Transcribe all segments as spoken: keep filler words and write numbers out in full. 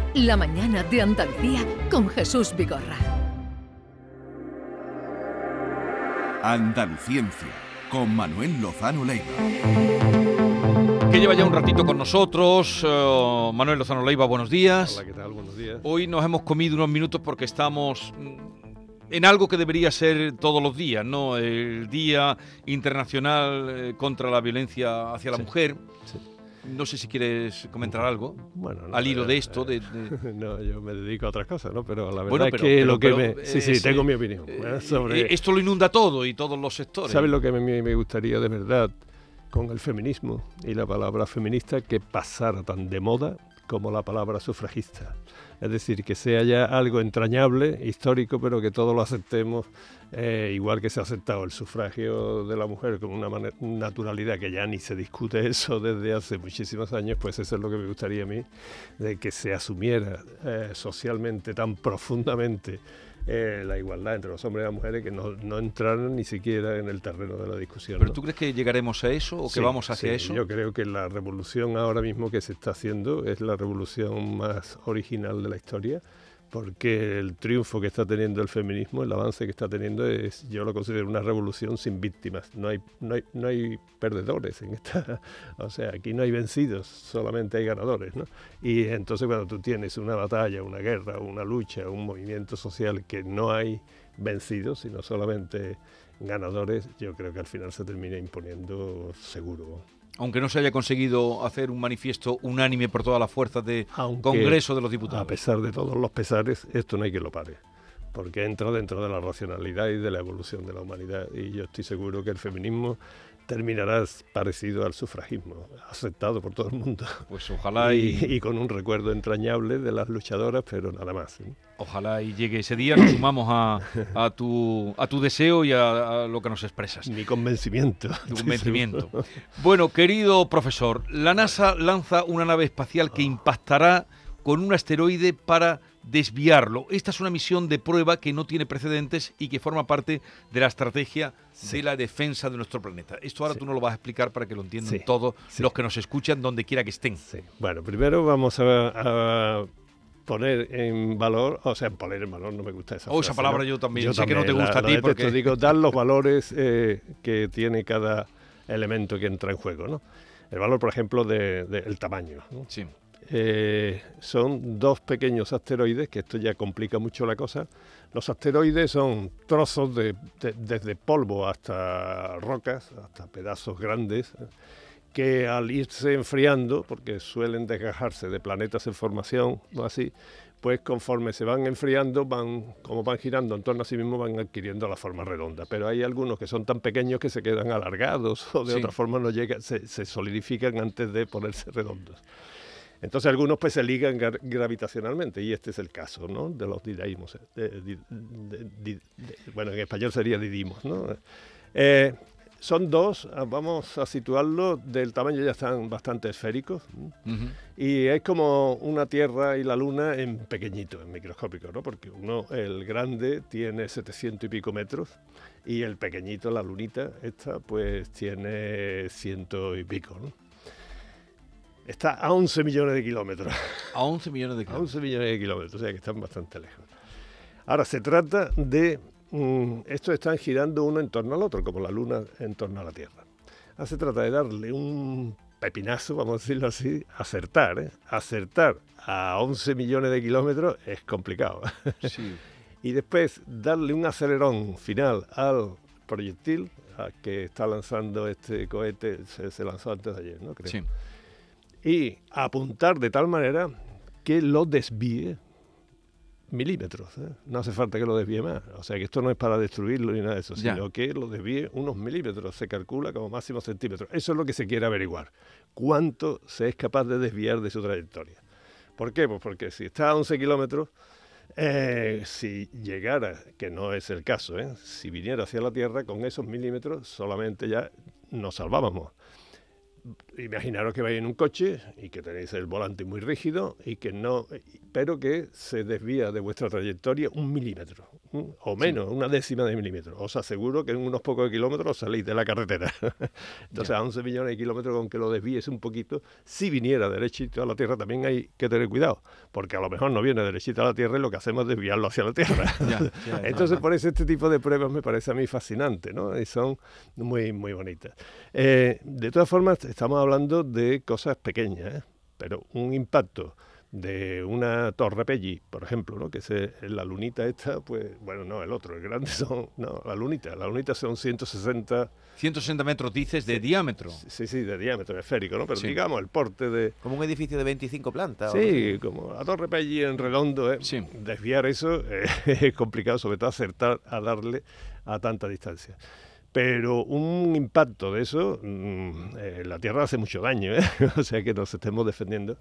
La mañana de Andalucía con Jesús Vigorra. Andaluciencia, con Manuel Lozano Leiva. Que lleva ya un ratito con nosotros. uh, Manuel Lozano Leiva, buenos días. Hola, ¿qué tal? Buenos días. Hoy nos hemos comido unos minutos porque estamos en algo que debería ser todos los días, ¿no? El Día Internacional eh, contra la Violencia hacia la Sí, Mujer. sí. No sé si quieres comentar algo Bueno, no, al hilo eh, de esto. eh, De, de... No, yo me dedico a otras cosas, ¿no? Pero la verdad Bueno, es pero- que pero- lo que pero, me... eh, Sí, sí, sí, tengo mi opinión. eh, ¿eh? Sobre... eh, esto lo inunda todo y todos los sectores. ¿Sabes lo que me, me gustaría de verdad con el feminismo y la palabra feminista? Que pasara tan de moda como la palabra sufragista. Es decir, que sea ya algo entrañable, histórico, pero que todos lo aceptemos, eh, igual que se ha aceptado el sufragio de la mujer con una mane- naturalidad que ya ni se discute eso desde hace muchísimos años. Pues eso es lo que me gustaría a mí, de que se asumiera eh, socialmente tan profundamente eh, la igualdad entre los hombres y las mujeres, que no, no entraran ni siquiera en el terreno de la discusión. ¿Pero ¿no? tú crees que llegaremos a eso o que Sí, vamos hacia sí, eso? Yo creo que la revolución ahora mismo que se está haciendo es la revolución más original de la historia, porque el triunfo que está teniendo el feminismo, el avance que está teniendo, es, yo lo considero una revolución sin víctimas. No hay, no hay, no hay perdedores en esta, o sea, aquí no hay vencidos, solamente hay ganadores, ¿no? Y entonces cuando tú tienes una batalla, una guerra, una lucha, un movimiento social que no hay vencidos, sino solamente ganadores, yo creo que al final se termina imponiendo seguro. Aunque no se haya conseguido hacer un manifiesto unánime por todas las fuerzas del Aunque, Congreso de los Diputados. A pesar de todos los pesares, esto no hay que lo pare, porque entra dentro de la racionalidad y de la evolución de la humanidad, y yo estoy seguro que el feminismo terminará parecido al sufragismo, aceptado por todo el mundo. Pues ojalá y, y, y con un recuerdo entrañable de las luchadoras, pero nada más, ¿eh? ojalá y llegue ese día. Nos sumamos a, a tu a tu deseo y a, a lo que nos expresas. Mi convencimiento. Tu convencimiento. Bueno, querido profesor, la NASA lanza una nave espacial que impactará con un asteroide para desviarlo. Esta es una misión de prueba que no tiene precedentes y que forma parte de la estrategia sí. de la defensa de nuestro planeta. Esto ahora sí. tú nos lo vas a explicar para que lo entiendan sí. todos sí. los que nos escuchan donde quiera que estén. Sí. Bueno, primero vamos a, a poner en valor, o sea, poner en valor, no me gusta esa oh, frase. esa palabra ¿no? yo también, yo sé también, que no te gusta la, a ti la porque... Te digo, dar los valores eh, que tiene cada elemento que entra en juego, ¿no? El valor, por ejemplo, del de, de tamaño, ¿no? Sí. Eh, son dos pequeños asteroides, que esto ya complica mucho la cosa. Los asteroides son trozos de, de, desde polvo hasta rocas, hasta pedazos grandes, que al irse enfriando, porque suelen desgajarse de planetas en formación o así, pues conforme se van enfriando, van como van girando en torno a sí mismos, van adquiriendo la forma redonda. Pero hay algunos que son tan pequeños que se quedan alargados o de sí. otra forma no llegan, se, se solidifican antes de ponerse redondos. Entonces algunos pues se ligan gra- gravitacionalmente, y este es el caso, ¿no? De los didaimos. De, de, de, de, de, bueno, en español sería didimos, ¿no? Eh, son dos, vamos a situarlo, del tamaño ya están bastante esféricos, uh-huh. y es como una Tierra y la Luna en pequeñito, en microscópico, ¿no? Porque uno, el grande, tiene setecientos y pico metros, y el pequeñito, la lunita, esta, pues tiene ciento y pico, ¿no? Está a once millones de kilómetros. A once millones de kilómetros. A once millones de kilómetros, o sea que están bastante lejos. Ahora, se trata de... Mmm, estos están girando uno en torno al otro, como la Luna en torno a la Tierra. Ahora se trata de darle un pepinazo, vamos a decirlo así, acertar, ¿eh? Acertar a once millones de kilómetros es complicado. Sí. Y después darle un acelerón final al proyectil a que está lanzando este cohete, se, se lanzó antes de ayer, ¿no? Creo. Sí. Y apuntar de tal manera que lo desvíe milímetros, ¿eh? No hace falta que lo desvíe más, o sea que esto no es para destruirlo ni nada de eso, ya. Sino que lo desvíe unos milímetros, se calcula como máximo centímetros. Eso es lo que se quiere averiguar, cuánto se es capaz de desviar de su trayectoria. ¿Por qué? Pues porque si está a once kilómetros, eh, si llegara, que no es el caso, ¿eh? Si viniera hacia la Tierra, con esos milímetros solamente ya nos salvábamos. Imaginaros que vais en un coche y que tenéis el volante muy rígido y que no, pero que se desvía de vuestra trayectoria un milímetro. o menos, sí. una décima de milímetro. Os aseguro que en unos pocos kilómetros salís de la carretera. Entonces, ya. a once millones de kilómetros, con que lo desvíes un poquito, si viniera derechito a la Tierra, también hay que tener cuidado, porque a lo mejor no viene derechito a la Tierra y lo que hacemos es desviarlo hacia la Tierra. Ya, ya, Entonces, ya. por eso este tipo de pruebas me parece a mí fascinante, ¿no? Y son muy, muy bonitas. Eh, de todas formas, estamos hablando de cosas pequeñas, ¿eh? Pero un impacto de una torre Pelli, por ejemplo, ¿no? Que es la lunita esta, pues, bueno, no, el otro, el grande son, no, la lunita, la lunita son ciento sesenta... ciento sesenta metros, dices, de sí, diámetro. Sí, sí, de diámetro esférico, ¿no? Pero sí. digamos, el porte de... Como un edificio de veinticinco plantas. Sí, o... como la torre Pelli en redondo, ¿eh? Sí. Desviar eso eh, es complicado, sobre todo acertar a darle a tanta distancia. Pero un impacto de eso, mmm, eh, la Tierra hace mucho daño, ¿eh? O sea que nos estemos defendiendo.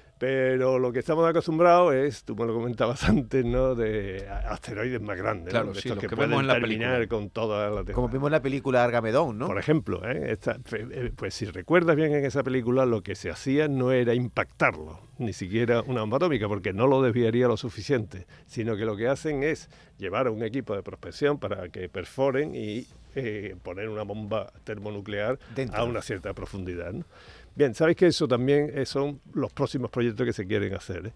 Pero lo que estamos acostumbrados es, tú me lo comentabas antes, ¿no? De asteroides más grandes, claro, ¿no? De sí, estos que, que pueden en la terminar película. con toda la Tierra. Como vimos en la película Argamedón, ¿no? Por ejemplo, ¿eh? Esta, pues si recuerdas bien en esa película, lo que se hacía no era impactarlo, ni siquiera una bomba atómica, porque no lo desviaría lo suficiente, sino que lo que hacen es llevar a un equipo de prospección para que perforen y eh, poner una bomba termonuclear Dentro. a una cierta profundidad, ¿no? Bien, sabéis que eso también son los próximos proyectos que se quieren hacer, ¿eh?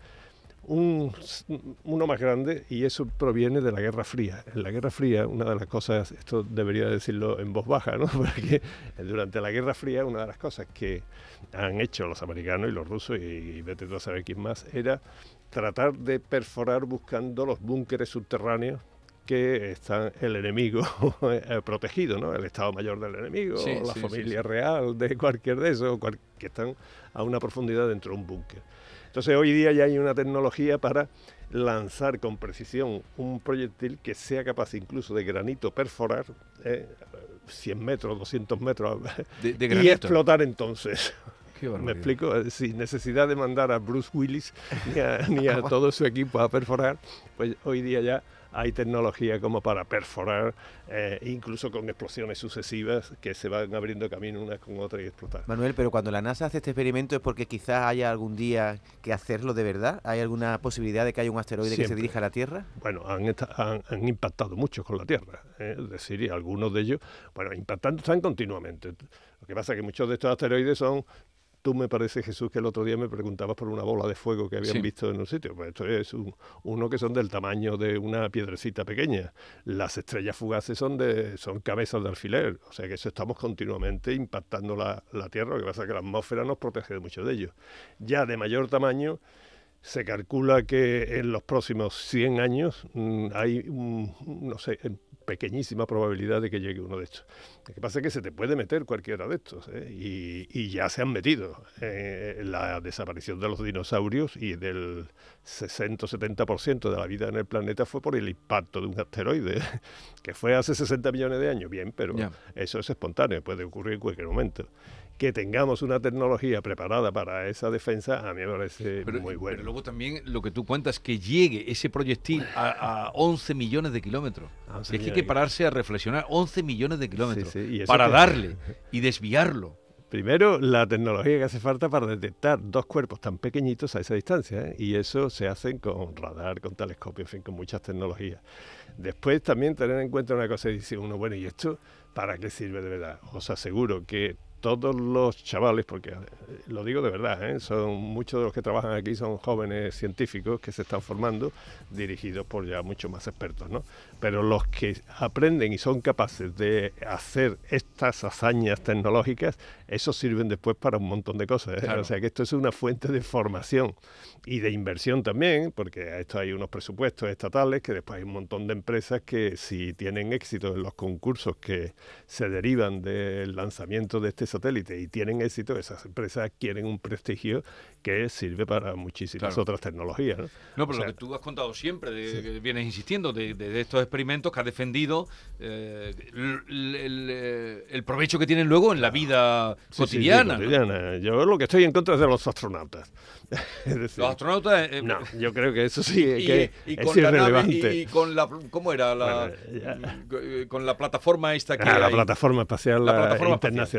Un, uno más grande, y eso proviene de la Guerra Fría. En la Guerra Fría, una de las cosas, esto debería decirlo en voz baja, ¿no? Porque durante la Guerra Fría, una de las cosas que han hecho los americanos y los rusos, y, y vete tú a saber quién más, era tratar de perforar buscando los búnkeres subterráneos que está el enemigo protegido, ¿no? El Estado Mayor del enemigo, sí, la sí, familia sí, sí. real de cualquier de esos, cual, que están a una profundidad dentro de un búnker. Entonces hoy día ya hay una tecnología para lanzar con precisión un proyectil que sea capaz incluso de granito perforar eh, cien metros, doscientos metros de, de y explotar entonces. ¿Me explico? Sin necesidad de mandar a Bruce Willis ni a, ni a todo su equipo a perforar, pues hoy día ya hay tecnología como para perforar, eh, incluso con explosiones sucesivas que se van abriendo camino unas con otras y explotar. Manuel, pero cuando la NASA hace este experimento es porque quizás haya algún día que hacerlo de verdad. ¿Hay alguna posibilidad de que haya un asteroide Siempre. que se dirija a la Tierra? Bueno, han, han, han impactado mucho con la Tierra, ¿eh? Es decir, y algunos de ellos, bueno, impactando están continuamente. Lo que pasa es que muchos de estos asteroides son... Tú me parece, Jesús, que el otro día me preguntabas por una bola de fuego que habían sí. visto en un sitio. Pues esto es un, uno que son del tamaño de una piedrecita pequeña. Las estrellas fugaces son de son cabezas de alfiler. O sea que eso estamos continuamente impactando la, la Tierra. Lo que pasa es que la atmósfera nos protege de muchos de ellos. Ya de mayor tamaño, se calcula que en los próximos cien años mmm, hay, un, no sé, pequeñísima probabilidad de que llegue uno de estos. Lo que pasa es que se te puede meter cualquiera de estos, ¿eh? y, y ya se han metido. Eh, la desaparición de los dinosaurios y del sesenta o setenta por ciento de la vida en el planeta fue por el impacto de un asteroide, que fue hace sesenta millones de años. Bien, pero yeah. eso es espontáneo, puede ocurrir en cualquier momento. Que tengamos una tecnología preparada para esa defensa, a mí me parece pero, muy bueno. Pero luego también lo que tú cuentas, que llegue ese proyectil a, a once millones de kilómetros. Es que hay que pararse a reflexionar, once millones de kilómetros, sí, sí, para que... darle y desviarlo. Primero, la tecnología que hace falta para detectar dos cuerpos tan pequeñitos a esa distancia, ¿eh? Y eso se hace con radar, con telescopio, en fin, con muchas tecnologías. Después también tener en cuenta una cosa, y dice uno, bueno, ¿y esto para qué sirve de verdad? Os aseguro que todos los chavales, porque lo digo de verdad, ¿eh? Son muchos de los que trabajan aquí son jóvenes científicos que se están formando, dirigidos por ya muchos más expertos, ¿no? Pero los que aprenden y son capaces de hacer estas hazañas tecnológicas, esos sirven después para un montón de cosas, ¿eh? Claro. O sea que esto es una fuente de formación y de inversión también, porque a esto hay unos presupuestos estatales, que después hay un montón de empresas que si tienen éxito en los concursos que se derivan del lanzamiento de este satélite y tienen éxito, esas empresas adquieren un prestigio que sirve para muchísimas claro. otras tecnologías, ¿no? No, pero o sea, lo que tú has contado siempre, de, sí. que vienes insistiendo, de, de, de estos experimentos que has defendido, eh, el, el, el provecho que tienen luego en la vida sí, cotidiana. Sí, sí, cotidiana. ¿no? Yo lo que estoy en contra es de los astronautas. Es decir, los astronautas... Eh, no, yo creo que eso sí y, que y, y es con irrelevante. La nave, y, y con la... ¿Cómo era? La, bueno, con la plataforma esta que... Ah, la hay, plataforma espacial la plataforma internacional. Espacial.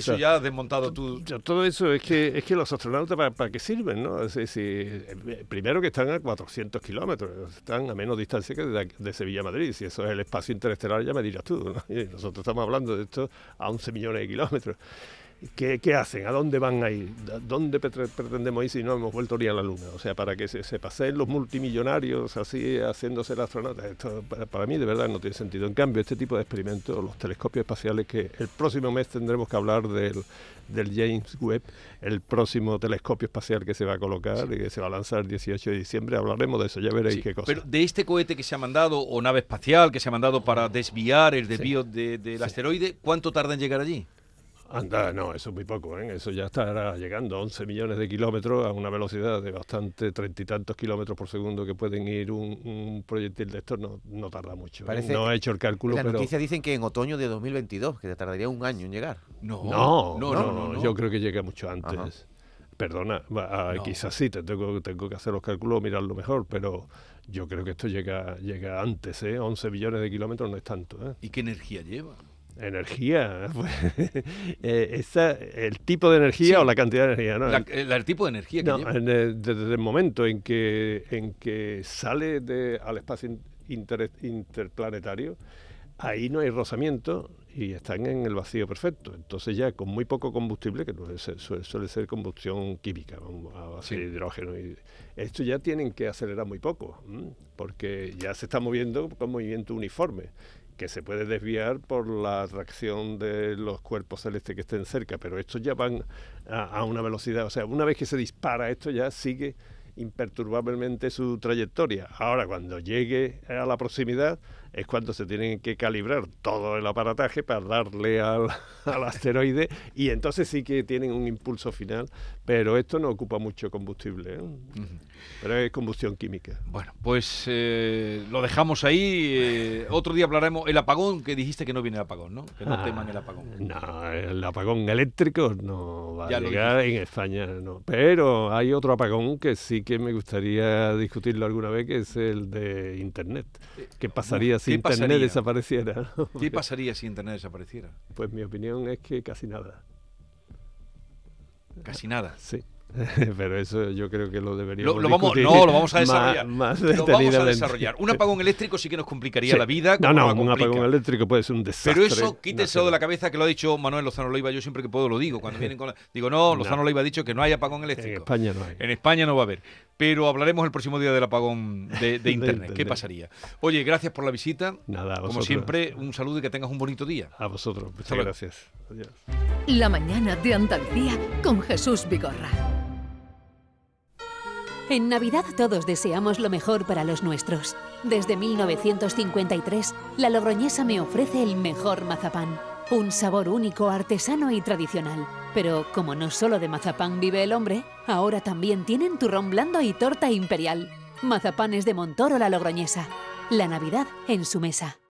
eso ya has desmontado tú. Todo eso es que es que los astronautas para, para qué sirven, ¿no? Es decir, primero que están a cuatrocientos kilómetros, están a menos distancia que de, de Sevilla a Madrid. Si eso es el espacio interestelar, ya me dirás tú, ¿no? Y nosotros estamos hablando de esto a once millones de kilómetros. ¿Qué, ¿Qué hacen? ¿A dónde van a ir? ¿A dónde pretendemos ir si no hemos vuelto ni a la Luna? O sea, para que se, se paseen los multimillonarios así haciéndose el astronauta, esto para, para mí de verdad no tiene sentido. En cambio, este tipo de experimentos, los telescopios espaciales, que el próximo mes tendremos que hablar del, del James Webb, el próximo telescopio espacial que se va a colocar, sí, y que se va a lanzar el dieciocho de diciembre, hablaremos de eso, ya veréis, sí, qué cosa. Pero de este cohete que se ha mandado, o nave espacial que se ha mandado para desviar el desvío, sí, de, del sí. asteroide, ¿cuánto tarda en llegar allí? Anda, no, eso es muy poco, ¿eh? Eso ya estará llegando a once millones de kilómetros a una velocidad de bastante, treinta y tantos kilómetros por segundo que pueden ir un, un proyectil de estos, no, no tarda mucho. Parece, ¿eh? No he hecho el cálculo, las pero... Las noticias dicen que en otoño de dos mil veintidós, que tardaría un año en llegar. No, no, no, no, no, no, no. Yo creo que llega mucho antes. Ajá. Perdona, no. quizás sí, te tengo, tengo que hacer los cálculos, mirarlo mejor, pero yo creo que esto llega, llega antes, ¿eh? once millones de kilómetros no es tanto, ¿eh? ¿Y qué energía lleva? Energía, pues, eh, esa, el tipo de energía, sí, o la cantidad de energía, ¿no? La, el, el tipo de energía que no, lleva. En el, desde el momento en que en que sale de, al espacio inter, interplanetario, ahí no hay rozamiento y están en el vacío perfecto. Entonces ya con muy poco combustible, que suele, suele ser combustión química, a base, sí, de hidrógeno, y esto ya tienen que acelerar muy poco, ¿m? Porque ya se está moviendo con movimiento uniforme, que se puede desviar por la atracción de los cuerpos celestes que estén cerca, pero estos ya van a, a una velocidad, o sea, una vez que se dispara esto ya sigue imperturbablemente su trayectoria. Ahora, cuando llegue a la proximidad, es cuando se tienen que calibrar todo el aparataje para darle al, al asteroide, y entonces sí que tienen un impulso final, pero esto no ocupa mucho combustible, ¿eh? Uh-huh. Pero es combustión química. Bueno, pues eh, lo dejamos ahí. Eh, otro día hablaremos el apagón, que dijiste que no viene el apagón, ¿no? Que no ah, teman el apagón. No, el apagón eléctrico no va ya a llegar en España, no. Pero hay otro apagón que sí que me gustaría discutirlo alguna vez, que es el de Internet. ¿Qué pasaría si ¿Qué Internet pasaría? desapareciera? ¿Qué pasaría si Internet desapareciera? Pues mi opinión es que casi nada. Casi nada. Sí. Pero eso yo creo que lo deberíamos lo, lo vamos, No, lo vamos a desarrollar. Más, más lo vamos a desarrollar. Un apagón eléctrico sí que nos complicaría sí. la vida. No, no, un apagón eléctrico puede ser un desastre. Pero eso, quítenselo de la cabeza, que lo ha dicho Manuel Lozano Leiva. Yo siempre que puedo lo digo. Cuando vienen con la... Digo, no, Lozano no. Leiva ha dicho que no hay apagón eléctrico. En España no hay. En España no va a haber. Pero hablaremos el próximo día del apagón de, de, internet. de ¿Qué pasaría? Oye, gracias por la visita. Nada, a vosotros. Como siempre, un saludo y que tengas un bonito día. A vosotros. Muchas Hasta gracias. Adiós. La mañana de Andalucía con Jesús Vigorra. En Navidad todos deseamos lo mejor para los nuestros. Desde mil novecientos cincuenta y tres, la Logroñesa me ofrece el mejor mazapán. Un sabor único, artesano y tradicional. Pero como no solo de mazapán vive el hombre, ahora también tienen turrón blando y torta imperial. Mazapanes de Montoro la Logroñesa. La Navidad en su mesa.